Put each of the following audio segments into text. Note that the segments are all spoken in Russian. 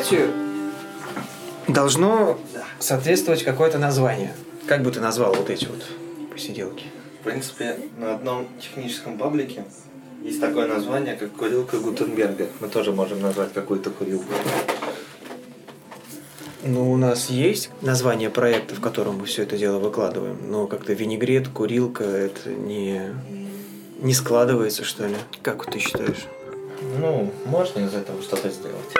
мероприятию должно соответствовать какое-то название. Как бы ты назвал вот эти вот посиделки? В принципе, на одном техническом паблике есть такое название, как «Курилка Гутенберга». Мы тоже можем назвать какую-то курилку. Ну, у нас есть название проекта, в котором мы все это дело выкладываем, но как-то винегрет, курилка, это не складывается, что ли? Как ты считаешь? Ну, можно из этого что-то сделать.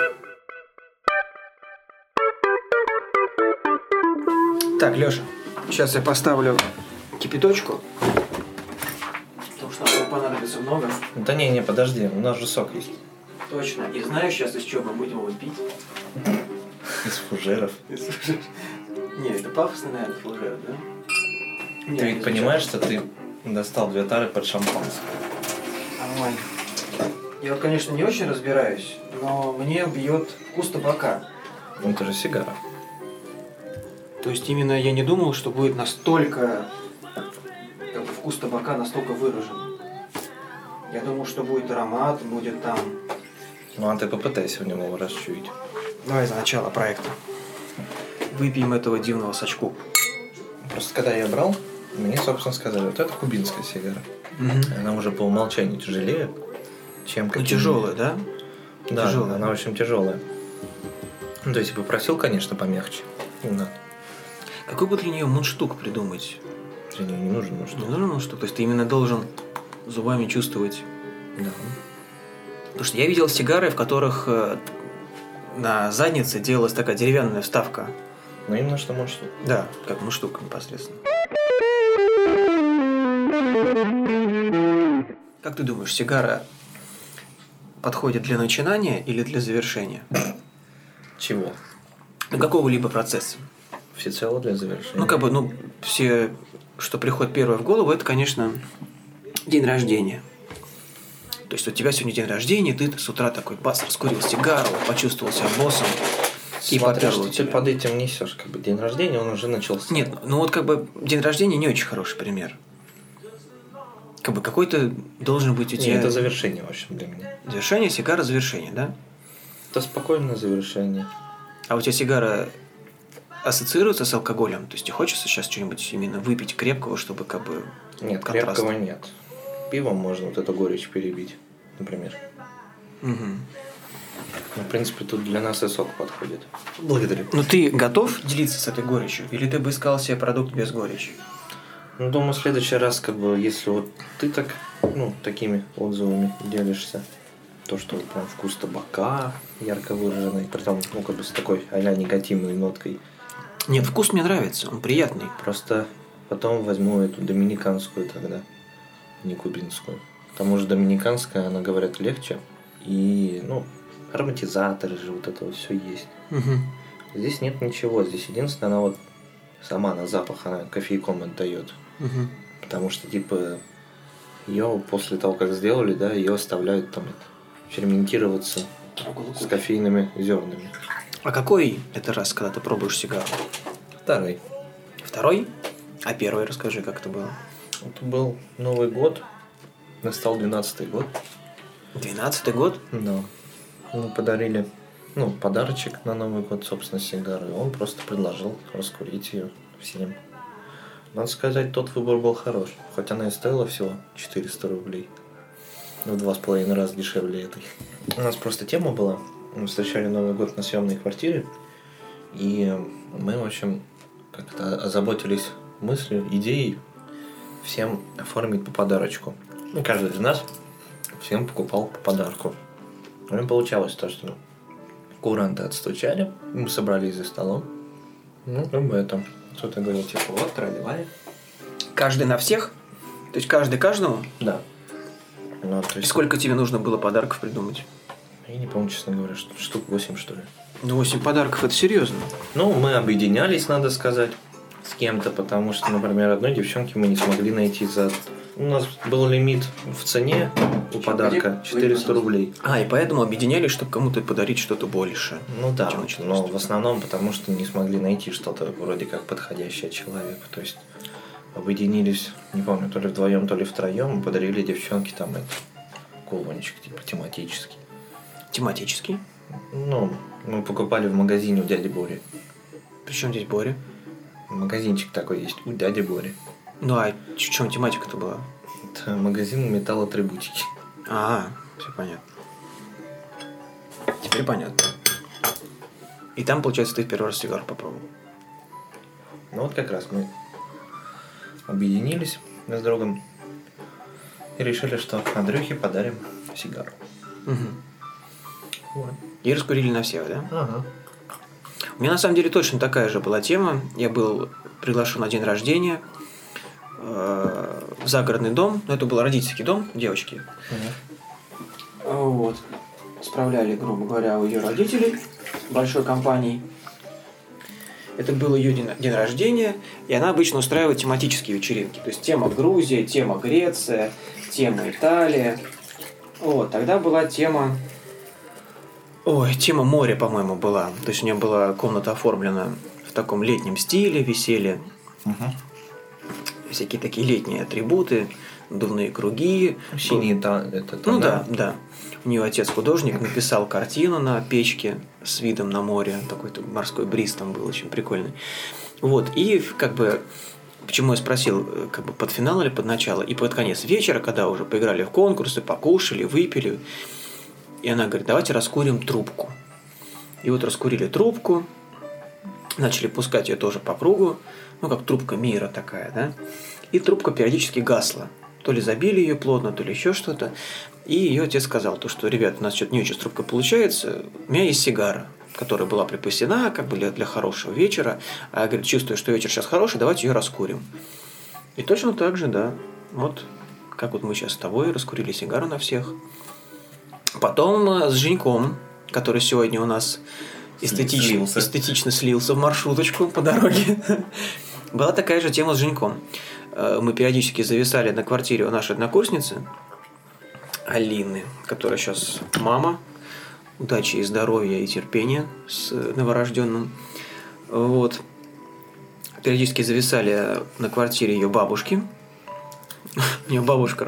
Так, Лёша, сейчас я поставлю кипяточку, потому что нам понадобится много. Да не, подожди, у нас же сок есть. Точно. И знаешь сейчас, из чего мы будем его пить? Из фужеров. Не, это пафосно, наверное, фужер, да? Ты ведь понимаешь, что ты достал 2 тары под шампанское? Ой. Я, конечно, не очень разбираюсь, но мне бьет вкус табака. Ну, это же сигара. То есть именно я не думал, что будет настолько, как бы вкус табака настолько выражен. Я думал, что будет аромат, будет там... Ну, а ты попытайся в нем его расчуять. Давай за начало проекта. Выпьем этого дивного сачку. Просто когда я брал, мне, собственно, сказали, вот это кубинская сигара. Угу. Она уже по умолчанию тяжелее, чем... Ну, тяжелая, да? Да, тяжелая. Она очень тяжелая. Ну, то есть, я попросил, конечно, помягче. Да. Какой бы для нее мундштук придумать? Для нее не нужен мундштук. Не нужен мундштук? То есть ты именно должен зубами чувствовать... Да. Потому что я видел сигары, в которых на заднице делалась такая деревянная вставка. Ну, именно что мундштук. Да, как мундштук непосредственно. Как ты думаешь, сигара подходит для начинания или для завершения? Чего? Какого-либо процесса. Всецело для завершения. Ну, как бы, все, что приходит первое в голову, это, конечно, день рождения. То есть у тебя сегодня день рождения, ты с утра такой бас, раскурил сигару, почувствовал себя боссом. И смотря, что ты под этим несешь, как бы день рождения, он уже начался. Нет, вот как бы день рождения не очень хороший пример. Как бы какой-то должен быть у тебя... Нет, это завершение, в общем, для меня. Завершение, сигара, завершение, да? Это спокойное завершение. А у тебя сигара ассоциируется с алкоголем? То есть тебе хочется сейчас что-нибудь именно выпить крепкого, чтобы как бы... Нет, контраст? крепкого нет. Пивом можно вот эту горечь перебить, например. Угу. Ну, в принципе, тут для нас и сок подходит. Благодарю. Ну ты готов делиться с этой горечью? Или ты бы искал себе продукт без горечи? Ну, думаю, в следующий раз, как бы, если вот ты так, такими отзывами делишься, то, что вот прям вкус табака ярко выраженный, притом, как бы с такой а-ля негативной ноткой. Нет, вкус мне нравится, он приятный. Просто потом возьму эту доминиканскую тогда, не кубинскую. К тому же доминиканская, она, говорят, легче. И, ароматизаторы же, вот это вот все есть. Угу. Здесь нет ничего. Здесь единственное, она вот сама на запах, она кофейком отдает. Угу. Потому что, типа, ее после того, как сделали, да, ее оставляют там ферментироваться с кофейными зернами. А какой это раз, когда ты пробуешь сигару? Второй. Второй? А первый расскажи, как это было. Это был Новый год. Настал 12-й год. 12-й год? Да. Мы подарили, подарочек на Новый год, собственно, сигару. И он просто предложил раскурить ее всем. Надо сказать, тот выбор был хорош. Хоть она и стоила всего 400 рублей. В 2,5 раза дешевле этой. У нас просто тема была. Мы встречали Новый год на съемной квартире. И мы, в общем, как-то озаботились мыслью, идеей всем оформить по подарочку. И каждый из нас всем покупал по подарку. И получалось то, что куранты отстучали, мы собрались за столом. Это. Кто-то говорил, типа, вот, тролливали. Каждый на всех? То есть каждый каждому? Да. То есть... И сколько тебе нужно было подарков придумать? Я не помню, честно говоря, штук 8, что ли. 8 подарков, это серьезно? Мы объединялись, надо сказать, с кем-то, потому что, например, одной девчонке мы не смогли найти за... У нас был лимит в цене у подарка 400 рублей. И поэтому объединялись, чтобы кому-то подарить что-то больше. Да, но в основном потому, что не смогли найти что-то вроде как подходящее человеку. То есть объединились, не помню, то ли вдвоем, то ли втроем, и подарили девчонке там кулончик, типа тематический. Тематический? Ну, мы покупали в магазине у дяди Бори. Причем здесь Боря? Магазинчик такой есть у дяди Бори. Ну, а в чем тематика-то была? Это магазин металлоатрибутики. Все понятно. Теперь понятно. И там, получается, ты в первый раз сигару попробовал. Ну вот как раз мы объединились с другом и решили, что Андрюхе подарим сигару. Угу. Вот. И раскурили на всех, да? Ага. У меня на самом деле точно такая же была тема. Я был приглашен на день рождения в загородный дом. Ну, это был родительский дом девочки. Вот. Справляли, грубо говоря, у ее родителей большой компанией. Это был ее день рождения, и она обычно устраивает тематические вечеринки. То есть тема Грузия, тема Греция, тема Италия. Вот, тогда была тема... тема моря, по-моему, была. То есть у нее была комната оформлена в таком летнем стиле, висели всякие такие летние атрибуты, надувные круги. Синие да. У нее отец художник, написал картину на печке с видом на море. Такой-то морской бриз там был очень прикольный. Вот, и как бы... Почему я спросил, как бы под финал или под начало? И под конец вечера, когда уже поиграли в конкурсы, покушали, выпили. И она говорит, давайте раскурим трубку. И вот раскурили трубку, начали пускать ее тоже по кругу, ну, как трубка мира такая, да. И трубка периодически гасла. То ли забили ее плотно, то ли еще что-то. И ее отец сказал, что, ребят, у нас что-то не очень с трубкой получается, у меня есть сигара, которая была припасена как бы для хорошего вечера. А я, говорит, чувствую, что вечер сейчас хороший, давайте ее раскурим. И точно так же, да, вот как вот мы сейчас с тобой раскурили сигару на всех. Потом с Женьком, который сегодня у нас эстетично слился в маршруточку по дороге, была такая же тема с Женьком. Мы периодически зависали на квартире у нашей однокурсницы Алины, которая сейчас мама. Удачи и здоровья и терпения с новорожденным. Вот. Периодически зависали на квартире ее бабушки. У нее бабушка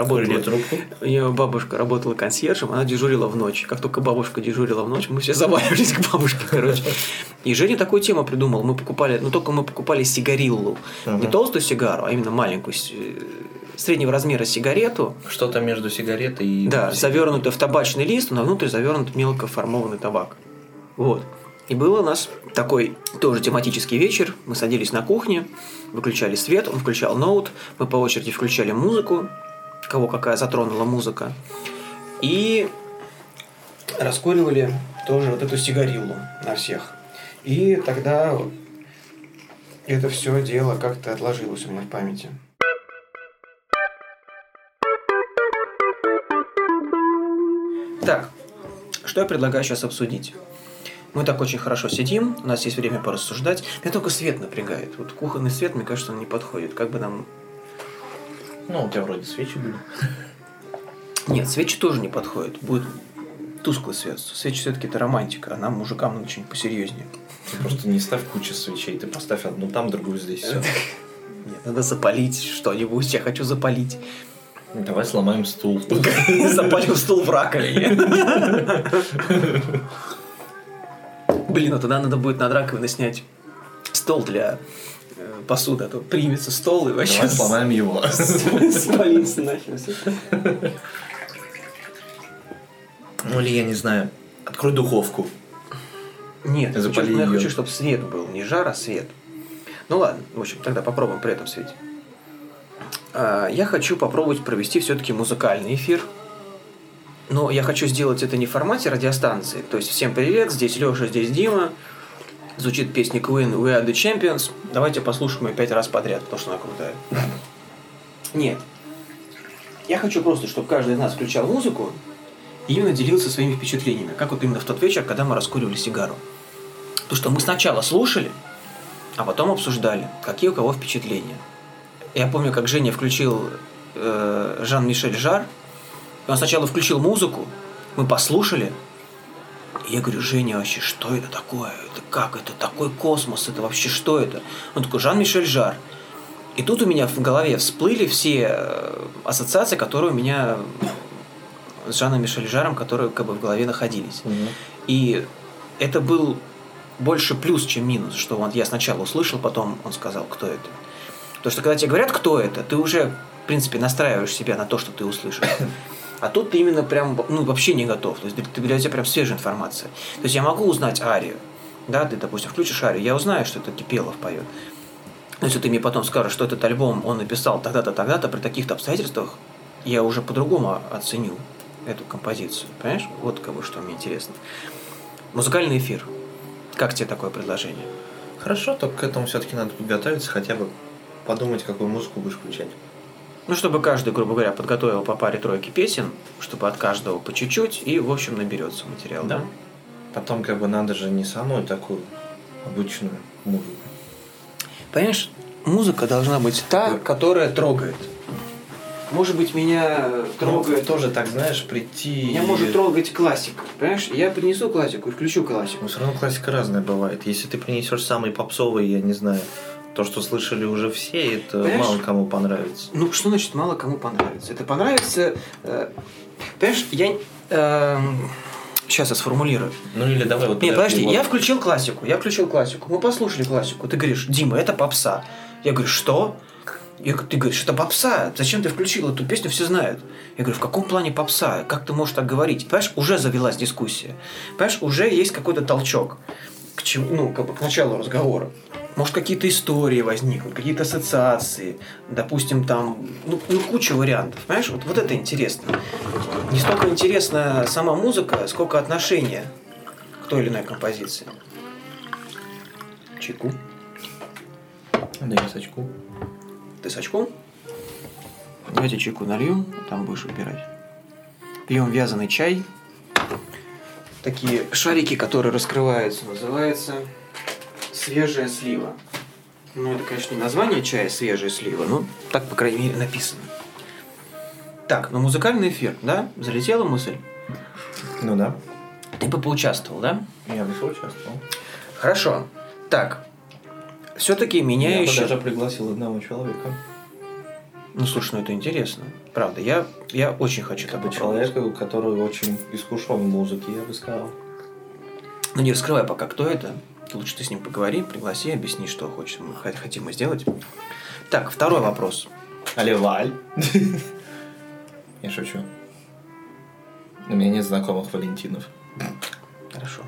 работала консьержем, она дежурила в ночь. Как только бабушка дежурила в ночь, мы все заваливались к бабушке, короче. И Женя такую тему придумал. Мы покупали сигариллу. Не толстую сигару, а именно маленькую, среднего размера сигарету. Что-то между сигаретой и... Да, завернутую в табачный лист, но внутрь завернут мелко формованный табак. Вот. И был у нас такой тоже тематический вечер. Мы садились на кухне, выключали свет, он включал ноут, мы по очереди включали музыку, кого какая затронула музыка, и раскуривали тоже вот эту сигариллу на всех. И тогда это все дело как-то отложилось у меня в памяти. Так, что я предлагаю сейчас обсудить? Мы так очень хорошо сидим, у нас есть время порассуждать. Меня только свет напрягает. Вот кухонный свет, мне кажется, он не подходит. Как бы нам... Ну, у тебя вроде свечи были. Нет, свечи тоже не подходят. Будет тусклый свет. Свечи все-таки это романтика, а нам, мужикам, надо что-нибудь посерьезнее. Ты просто не ставь кучу свечей, ты поставь одну там, другую здесь. Все. Нет, надо запалить что-нибудь. Я хочу запалить. Давай сломаем стул. Запалим стул в раковине. Блин, тогда надо будет над раковиной снять стол для посуды, а то примется стол и вообще... Давай сломаем его. Спалится нахер. Ну или я не знаю, открой духовку. Нет, я хочу, чтобы свет был, не жар, а свет. Ну ладно, в общем, тогда попробуем при этом свете. Я хочу попробовать провести все-таки музыкальный эфир. Но я хочу сделать это не в формате радиостанции. То есть, всем привет, здесь Леша, здесь Дима. Звучит песня Queen We Are The Champions. Давайте послушаем ее 5 раз подряд, потому что она крутая. Нет. Я хочу просто, чтобы каждый из нас включал музыку и именно делился своими впечатлениями. Как вот именно в тот вечер, когда мы раскуривали сигару. Потому что мы сначала слушали, а потом обсуждали, какие у кого впечатления. Я помню, как Женя включил Жан-Мишель Жар. Он сначала включил музыку, мы послушали, и я говорю, Женя, вообще, что это такое? Это как? Это такой космос, это вообще что это? Он такой, Жан-Мишель Жар. И тут у меня в голове всплыли все ассоциации, которые у меня с Жаном Мишель Жаром, которые как бы в голове находились. И это был больше плюс, чем минус, что вот я сначала услышал, потом он сказал, кто это. Потому что когда тебе говорят, кто это, ты уже, в принципе, настраиваешь себя на то, что ты услышишь. А тут ты именно прям, вообще не готов. То есть для тебя прям свежая информация. То есть я могу узнать арию. Да, ты, допустим, включишь арию, я узнаю, что это Кипелов поет. Но если ты мне потом скажешь, что этот альбом он написал тогда-то, тогда-то, при таких-то обстоятельствах, я уже по-другому оценю эту композицию. Понимаешь? Вот как бы что мне интересно. Музыкальный эфир. Как тебе такое предложение? Хорошо, только к этому все-таки надо подготовиться, хотя бы подумать, какую музыку будешь включать. Чтобы каждый, грубо говоря, подготовил по паре-тройке песен, чтобы от каждого по чуть-чуть, и, в общем, наберется материал, да? Потом, надо же не самую такую обычную музыку. Понимаешь, музыка должна быть та, которая трогает. Может быть, меня трогает... тоже так, знаешь, прийти... Меня может трогать классика, понимаешь? Я принесу классику и включу классику. Но все равно классика разная бывает. Если ты принесешь самый попсовый, я не знаю, то, что слышали уже все, это мало кому понравится. Что значит мало кому понравится? Это понравится... Понимаешь, я... Сейчас я сформулирую. Или давай вот... Нет, подожди, я включил классику. Мы послушали классику. Ты говоришь, Дима, это попса. Я говорю, что? Ты говоришь, это попса. Зачем ты включил эту песню, все знают. Я говорю, в каком плане попса? Как ты можешь так говорить? Понимаешь, уже завелась дискуссия. Понимаешь, уже есть какой-то толчок к чему, к началу разговора. Может, какие-то истории возникнут, какие-то ассоциации, допустим, там, куча вариантов, понимаешь? Вот это интересно. Не столько интересна сама музыка, сколько отношение к той или иной композиции. Чайку. Да, я с очку. Ты с очком? Давайте чайку нальем, там будешь выбирать. Пьем вязаный чай. Такие шарики, которые раскрываются, называется свежая слива. Это, конечно, не название чая свежая слива, но так, по крайней мере, написано. Так, музыкальный эфир, да? Залетела мысль? Да. Ты бы поучаствовал, да? Я бы поучаствовал. Хорошо. Так, все-таки меня еще... Я бы даже пригласил одного человека. Слушай, это интересно. Правда, я очень хочу такого человека, который очень искушен в музыке, я бы сказал. Не раскрывай пока, кто это. Лучше ты с ним поговори, пригласи, объясни, что хотим мы сделать. Так, второй вопрос. Алле, Валь. Я шучу. У меня нет знакомых Валентинов. Хорошо.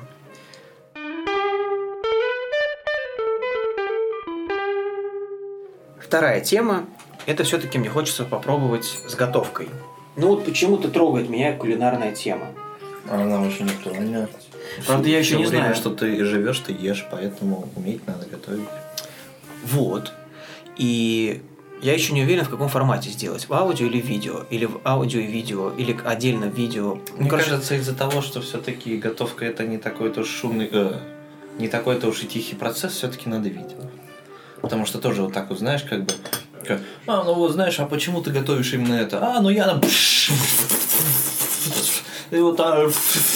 Вторая тема. Это все-таки мне хочется попробовать с готовкой. Почему-то трогает меня кулинарная тема. Она очень актуальна. Правда, я еще не знаю. Что ты живешь, ты ешь, поэтому уметь надо готовить. Вот. И я еще не уверен, в каком формате сделать. В аудио или в видео. Или в аудио и видео. Или отдельно в видео. Мне кажется, из-за того, что все-таки готовка это не такой-то уж шумный, не такой-то уж и тихий процесс, все-таки надо видео. Потому что тоже вот так вот, знаешь, знаешь, а почему ты готовишь именно это? Я... И вот так...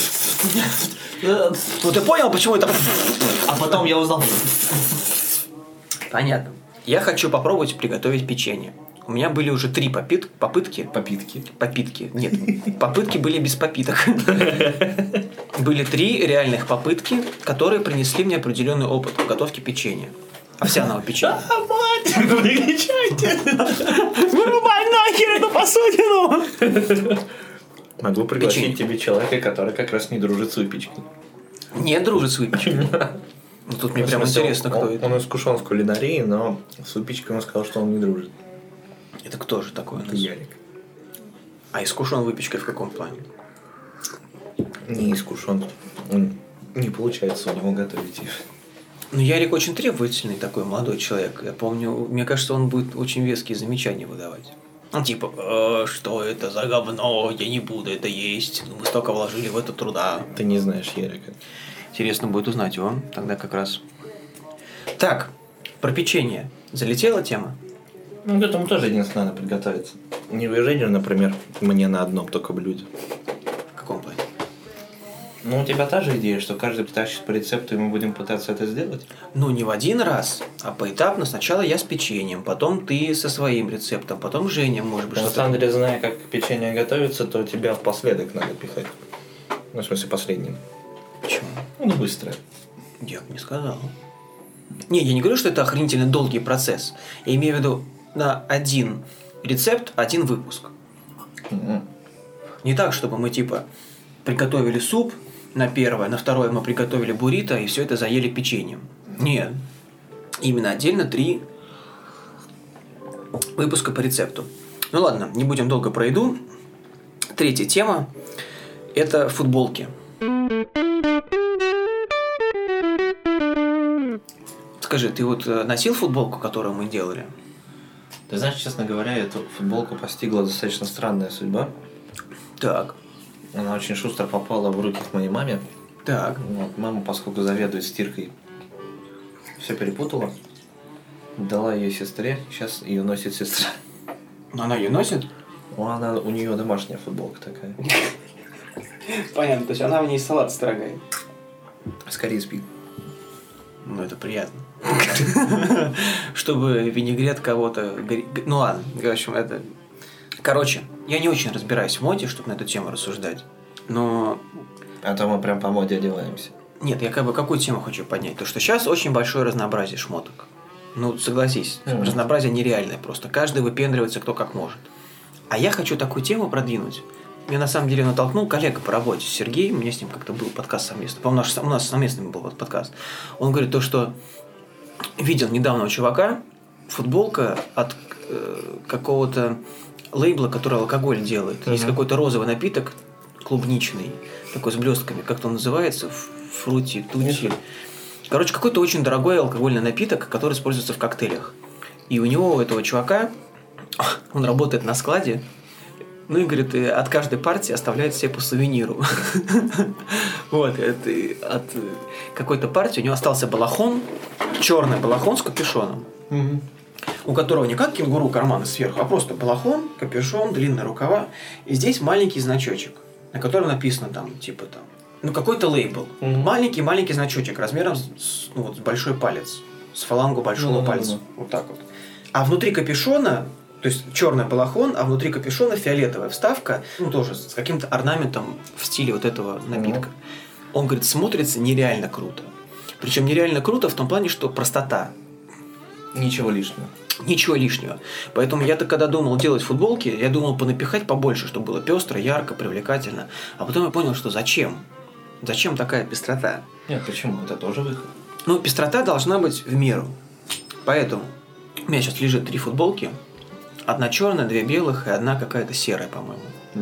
ты понял, почему это... А потом я узнал... Понятно. Я хочу попробовать приготовить печенье. У меня были уже 3 попытки. Попитки. Нет, попытки были без попиток. Были 3 реальных попытки, которые принесли мне определенный опыт в готовке печенья. Овсяного печенья. Мать, вы кричайте! Вырубай нахер эту посудину! Могу пригласить тебе человека, который как раз не дружит с выпечкой. Не дружит с выпечкой. Тут мне прям интересно, кто это. Он искушен в кулинарии, но с выпечкой он сказал, что он не дружит. Это кто же такой? Это Ярик. А искушен выпечкой в каком плане? Не искушен. Не получается у него готовить ее. Ярик очень требовательный такой молодой человек. Я помню, мне кажется, он будет очень веские замечания выдавать. Что это за говно, я не буду это есть. Мы столько вложили в это труда. Ты не знаешь Ярика. Интересно будет узнать его, тогда как раз. Так, про печенье. Залетела тема? К этому тоже единственное надо подготовиться. Не выезжать же, например, мне на одном только блюде. В каком плане? У тебя та же идея, что каждый притащит по рецепту, и мы будем пытаться это сделать? Не в один раз, а поэтапно. Сначала я с печеньем, потом ты со своим рецептом, потом Женя, может быть, что-то... На самом деле, зная, как печенье готовится, то тебя впоследок надо пихать. В смысле, последним. Почему? Ну, быстрое. Я бы не сказал. Не, я не говорю, что это охренительно долгий процесс. Я имею в виду на один рецепт, один выпуск. Не так, чтобы мы типа приготовили суп на первое, на второе мы приготовили буррито и все это заели печеньем. Нет. Именно отдельно 3 выпуска по рецепту. Ну ладно, не будем долго про еду. 3-я тема – это футболки. Скажи, ты вот носил футболку, которую мы делали? Ты знаешь, честно говоря, эту футболку постигла достаточно странная судьба. Так. Она очень шустро попала в руки к моей маме. Так. Вот, мама, поскольку заведует стиркой, все перепутала. Дала ее сестре, сейчас ее носит сестра. Она ее носит? У нее домашняя футболка такая. Понятно, то есть она в ней салат строгает. Скорее спит. Ну, это приятно. Чтобы винегрет кого-то... Ну ладно, в общем, это... Короче, я не очень разбираюсь в моде, чтобы на эту тему рассуждать. Но... А то мы прям по моде одеваемся. Нет, я какую тему хочу поднять? То, что сейчас очень большое разнообразие шмоток. Ну, согласись, разнообразие нереальное просто. Каждый выпендривается кто как может. А я хочу такую тему продвинуть. Меня на самом деле натолкнул коллега по работе Сергей, у меня с ним как-то был подкаст совместный. По-моему, у нас совместный был подкаст. Он говорит то, что видел недавно у чувака футболка от какого-то лейбла, который алкоголь делает. Есть какой-то розовый напиток клубничный, такой с блестками, как-то он называется, фрути, тути. Короче, какой-то очень дорогой алкогольный напиток, который используется в коктейлях. И у него, у этого чувака, он работает на складе. Ну и, говорит, от каждой партии оставляет себе по сувениру. Вот, от какой-то партии у него остался балахон, черный балахон с капюшоном, у которого не как кенгуру карманы сверху, а просто балахон, капюшон, длинные рукава. И здесь маленький значочек, на котором написано там, типа там, ну какой-то лейбл. Маленький значочек размером с большой палец, с фалангу большого пальца. Вот так вот. А внутри капюшона... То есть черный балахон, а внутри капюшона фиолетовая вставка, ну тоже с каким-то орнаментом в стиле вот этого напитка. Он говорит, смотрится нереально круто. Причем нереально круто в том плане, что простота. Ничего лишнего. Ничего лишнего. Поэтому я-то когда думал делать футболки, я думал понапихать побольше, чтобы было пестро, ярко, привлекательно. А потом я понял, что зачем? Зачем такая пестрота? Нет, почему? Это тоже выход. Ну, пестрота должна быть в меру. Поэтому у меня сейчас лежит 3 футболки. 1 черная, 2 белых и 1 какая-то серая, по-моему.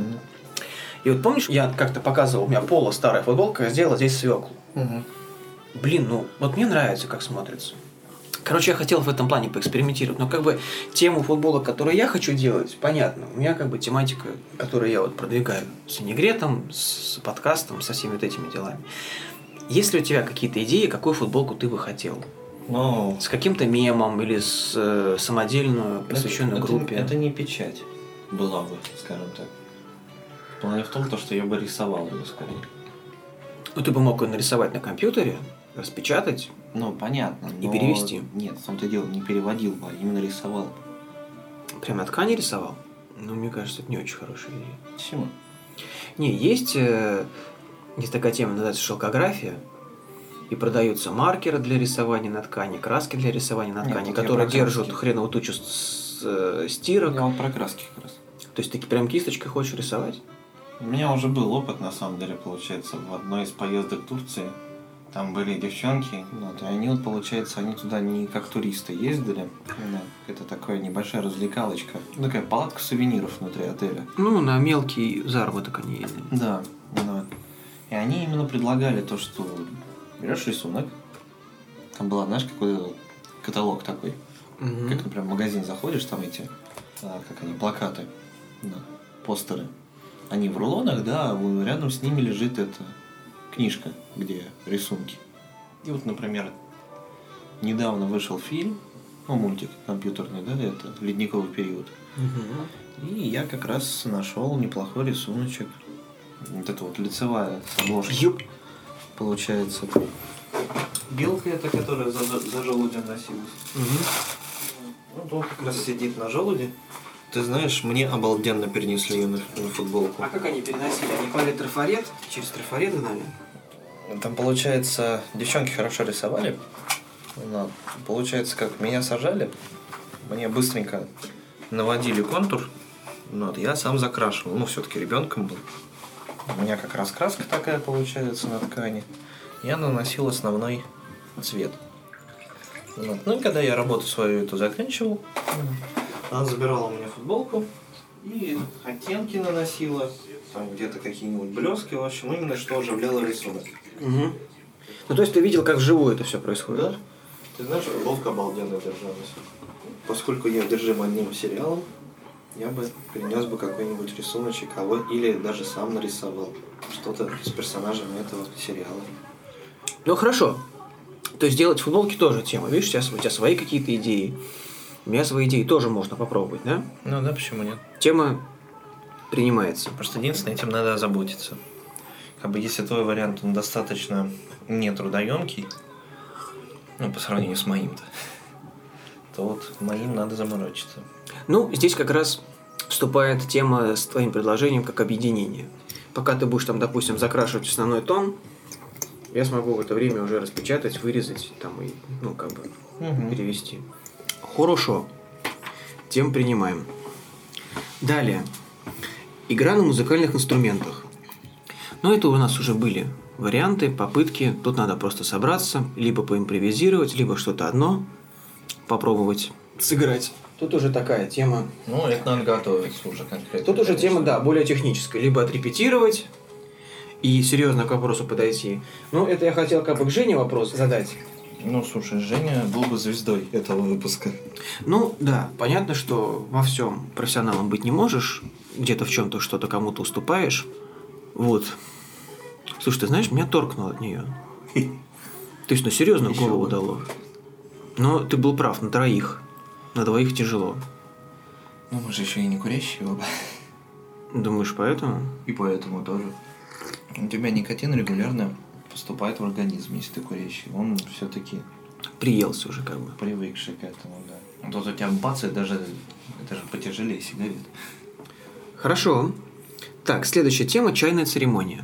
И вот помнишь, я как-то показывал, у меня пола старая футболка, я сделал здесь свеклу. Блин, ну вот мне нравится, как смотрится. Короче, я хотел в этом плане поэкспериментировать, но как бы тему футболок, которую я хочу делать, понятно. У меня как бы тематика, которую я вот продвигаю с винегретом, с подкастом, со всеми вот этими делами. Есть ли у тебя какие-то идеи, какую футболку ты бы хотел? Но... С каким-то мемом или с самодельную, посвященную группе? Это не печать была бы, скажем так. Плане в том, что я бы рисовал ее скорее. Ну, ты бы мог ее нарисовать на компьютере, распечатать. Ну, понятно. И перевести. Нет, в том-то дело, не переводил бы, а именно рисовал. Прям на ткани рисовал? Ну, мне кажется, это не очень хорошая идея. Почему? Не, есть такая тема, называется шелкография. И продаются маркеры для рисования на ткани, краски для рисования на ткани, которые держат хреновую тучу стирок. Я вот про краски как раз. То есть ты прям кисточкой хочешь рисовать? У меня уже был опыт, на самом деле, получается, в одной из поездок в Турции. Там были девчонки, вот, и они, вот, получается, они туда не как туристы ездили. Это такая небольшая развлекалочка. Такая палатка сувениров внутри отеля. Ну, на мелкий заработок они ездили. Да, да. И они именно предлагали то, что берешь рисунок. Там был, знаешь, какой-то каталог такой. Как, например, в магазин заходишь, там эти, как они, плакаты, да, постеры. Они в рулонах, да, а рядом с ними лежит эта книжка, где рисунки. И вот, например, недавно вышел фильм, ну, мультик компьютерный, да, это «Ледниковый период». И я как раз нашел неплохой рисуночек. Вот это вот лицевая обложка. Получается. Белка это, которая за желудем носилась. Вот он как раз сидит на желуде. Ты знаешь, мне обалденно перенесли ее на футболку. А как они переносили? Они клали трафарет? Через трафарет гнали? Там, получается, девчонки хорошо рисовали. Но, получается, как меня сажали, мне быстренько наводили контур. Вот, я сам закрашивал. Ну, все-таки ребенком был. У меня как раз краска такая получается на ткани. Я наносил основной цвет. Вот. Ну и когда я работу свою эту заканчивал, она забирала у меня футболку и оттенки наносила, там где-то какие-нибудь блески, в общем, именно что оживляло рисунок. Угу. Ну, то есть ты видел, как вживую это все происходит? Да. Ты знаешь, футболка обалденно держалась. Поскольку я одержим одним сериалом, я бы перенес бы какой-нибудь рисуночек, или даже сам нарисовал что-то с персонажами этого сериала. Ну, хорошо. То есть делать футболки тоже тема. Видишь, сейчас у тебя свои какие-то идеи. У меня свои идеи тоже можно попробовать, да? Ну да, почему нет? Тема принимается. Просто единственное, этим надо озаботиться. Как бы если твой вариант, он достаточно нетрудоемкий, ну, по сравнению с моим-то, то вот моим надо заморочиться. Ну, здесь как раз вступает тема с твоим предложением как объединение. Пока ты будешь там, допустим, закрашивать основной тон, я смогу в это время уже распечатать, вырезать там и, ну, как бы перевести. Хорошо. Тему принимаем. Далее. Игра на музыкальных инструментах. Но это у нас уже были варианты, попытки. Тут надо просто собраться, либо поимпровизировать, либо что-то одно попробовать сыграть. Тут уже такая тема. Ну, это надо готовиться уже конкретно. Тут уже тема, да, более техническая. Либо отрепетировать и серьезно к вопросу подойти. Ну, это я хотел как бы к Жене вопрос задать. Ну, слушай, Женя был бы звездой этого выпуска. Ну, да, понятно, что во всем профессионалом быть не можешь. Где-то в чем-то что-то кому-то уступаешь. Вот. Слушай, ты знаешь, меня торкнуло от нее. То есть, ну, серьезно в голову дало. Но ты был прав, на троих. На двоих тяжело. Ну, мы же еще и не курящие оба. Думаешь, поэтому? И поэтому тоже. У тебя никотин регулярно поступает в организм, если ты курящий. Он все-таки приелся уже как бы. Привыкший к этому, да. А тут у тебя бац, это же потяжелее сигарет. Хорошо. Так, следующая тема – чайная церемония.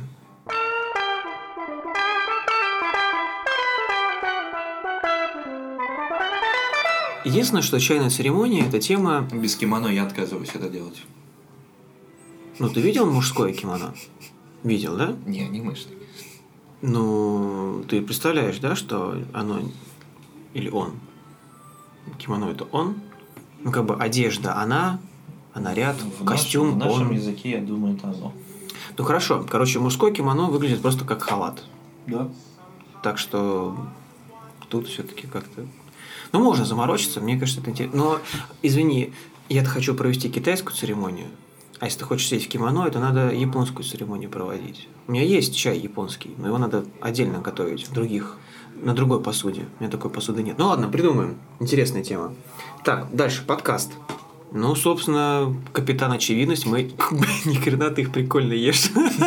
Единственное, что чайная церемония – это тема… Без кимоно я отказываюсь это делать. Ну, ты видел мужское кимоно? Видел, да? Не мышцы. Ну, ты представляешь, да, что оно… Или он. Кимоно – это он. Ну, как бы одежда – она, а наряд, костюм – в нашем он. языке, я думаю, это оно. Ну, хорошо. Короче, мужское кимоно выглядит просто как халат. Да. Так что тут все-таки как-то… Ну, можно заморочиться, мне кажется, это интересно. Но, извини, я-то хочу провести китайскую церемонию, а если ты хочешь сидеть в кимоно, то надо японскую церемонию проводить. У меня есть чай японский, но его надо отдельно готовить на другой посуде. У меня такой посуды нет. Ну ладно, придумаем. Интересная тема. Так, дальше, подкаст. Ну, собственно, капитан очевидность, мы… Ни хрена ты их прикольно ешь.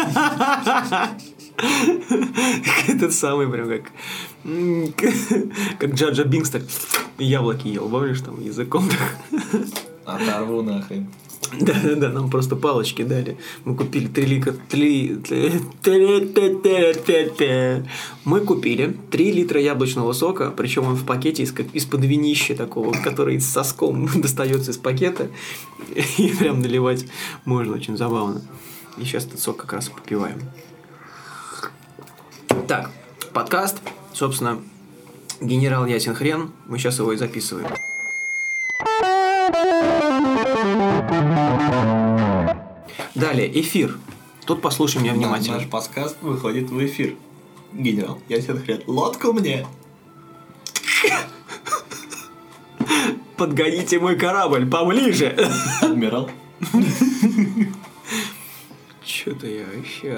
Этот самый прям как Джаджа Бинкс так яблоки ел, помнишь, там языком так. Оторву нахрен. Да, нам просто палочки дали. Мы купили 3 литра яблочного сока, причем он в пакете из-под винища такого, который с соском достается из пакета, и прям наливать можно, очень забавно. И сейчас этот сок как раз попиваем. Так, подкаст, собственно, генерал ясен хрен, мы сейчас его и записываем. Далее, эфир. Тут послушай меня внимательно. Наш подкаст выходит в эфир. Генерал, ясен хрен. Лодку мне! Подгоните мой корабль поближе. Адмирал. Чё-то я вообще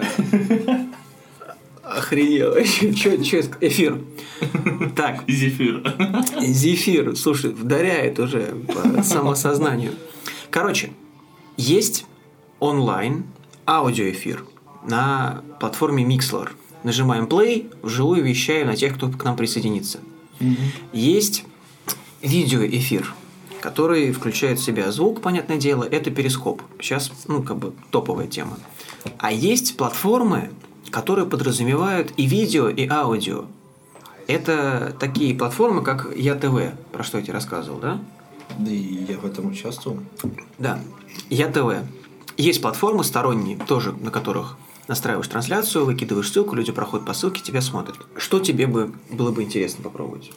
охренел. Чё, эфир. Так. Зефир. Слушай, вдаряет уже по самосознанию. Короче, есть онлайн аудиоэфир на платформе Mixlr. Нажимаем play, вживую вещаем на тех, кто к нам присоединится. Есть видеоэфир, который включает в себя звук, понятное дело, это перископ. Сейчас, топовая тема. А есть платформы, которые подразумевают и видео, и аудио. Это такие платформы, как ЯТВ, про что я тебе рассказывал, да? Да и я в этом участвовал. Да, ЯТВ. Есть платформы сторонние, тоже на которых настраиваешь трансляцию, выкидываешь ссылку, люди проходят по ссылке, тебя смотрят. Что тебе было бы интересно попробовать?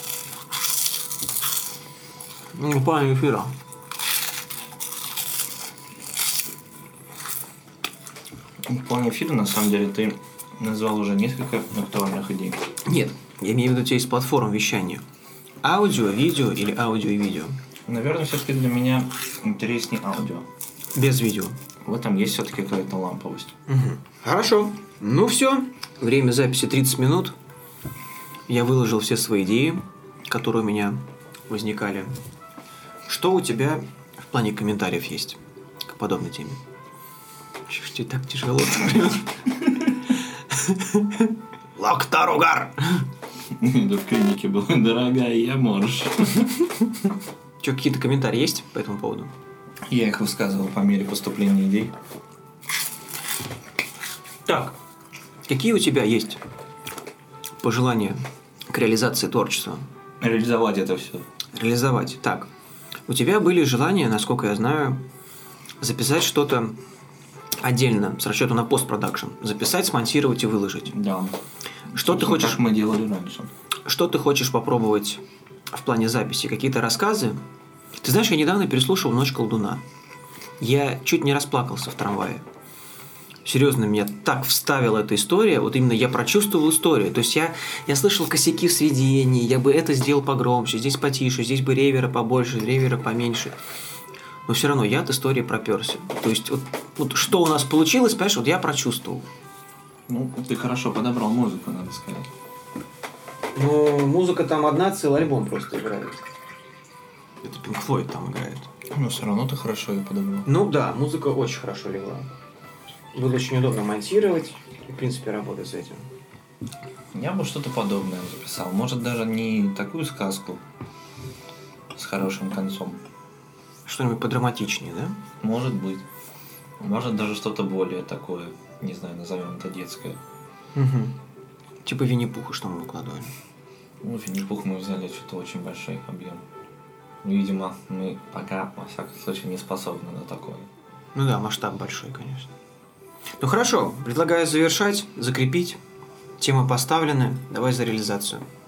В плане эфира. В плане эфира, на самом деле, ты назвал уже несколько актуальных идей. Нет, я имею в виду, у тебя есть платформа вещания. Аудио, видео или аудио и видео? Наверное, все-таки для меня интереснее аудио. Без видео. В этом есть все-таки какая-то ламповость. Угу. Хорошо. Ну все. Время записи 30 минут. Я выложил все свои идеи, которые у меня возникали. Что у тебя в плане комментариев есть к подобной теме? Чего ж тебе так тяжело? Локтаругар! Да в клинике было, дорогая, я можешь. Что, какие-то комментарии есть по этому поводу? Я их высказывал по мере поступления идей. Так, какие у тебя есть пожелания к реализации творчества? Реализовать это все. Реализовать. Так, у тебя были желания, насколько я знаю, записать что-то отдельно, с расчетом на постпродакшн. Записать, смонтировать и выложить. Да. Что ты хочешь... Как мы делали раньше. Что ты хочешь попробовать в плане записи? Какие-то рассказы? Ты знаешь, я недавно переслушал «Ночь колдуна». Я чуть не расплакался в трамвае. Серьезно, меня так вставила эта история. Вот именно я прочувствовал историю. То есть я слышал косяки в сведении. Я бы это сделал погромче, здесь потише, здесь бы ревера побольше, ревера поменьше. Но все равно я от истории проперся. То есть вот что у нас получилось, понимаешь, вот я прочувствовал. Ну, ты хорошо подобрал музыку, надо сказать. Ну, музыка там одна, целый альбом просто играет. Это Pink Floyd там играет. Но все равно ты хорошо ее подобрал. Ну да, музыка очень хорошо легла. Было очень удобно монтировать и, в принципе, работать с этим. Я бы что-то подобное записал. Может, даже не такую сказку с хорошим концом. Что-нибудь подраматичнее, да? Может быть. Может, даже что-то более такое, не знаю, назовем это детское. Угу. Типа Винни-Пуха, что мы выкладывали. Ну, Винни-Пух мы взяли что-то очень большой объем. Видимо, мы пока, во всяком случае, не способны на такое. Ну да, масштаб большой, конечно. Ну хорошо, предлагаю завершать, закрепить. Темы поставлены, давай за реализацию.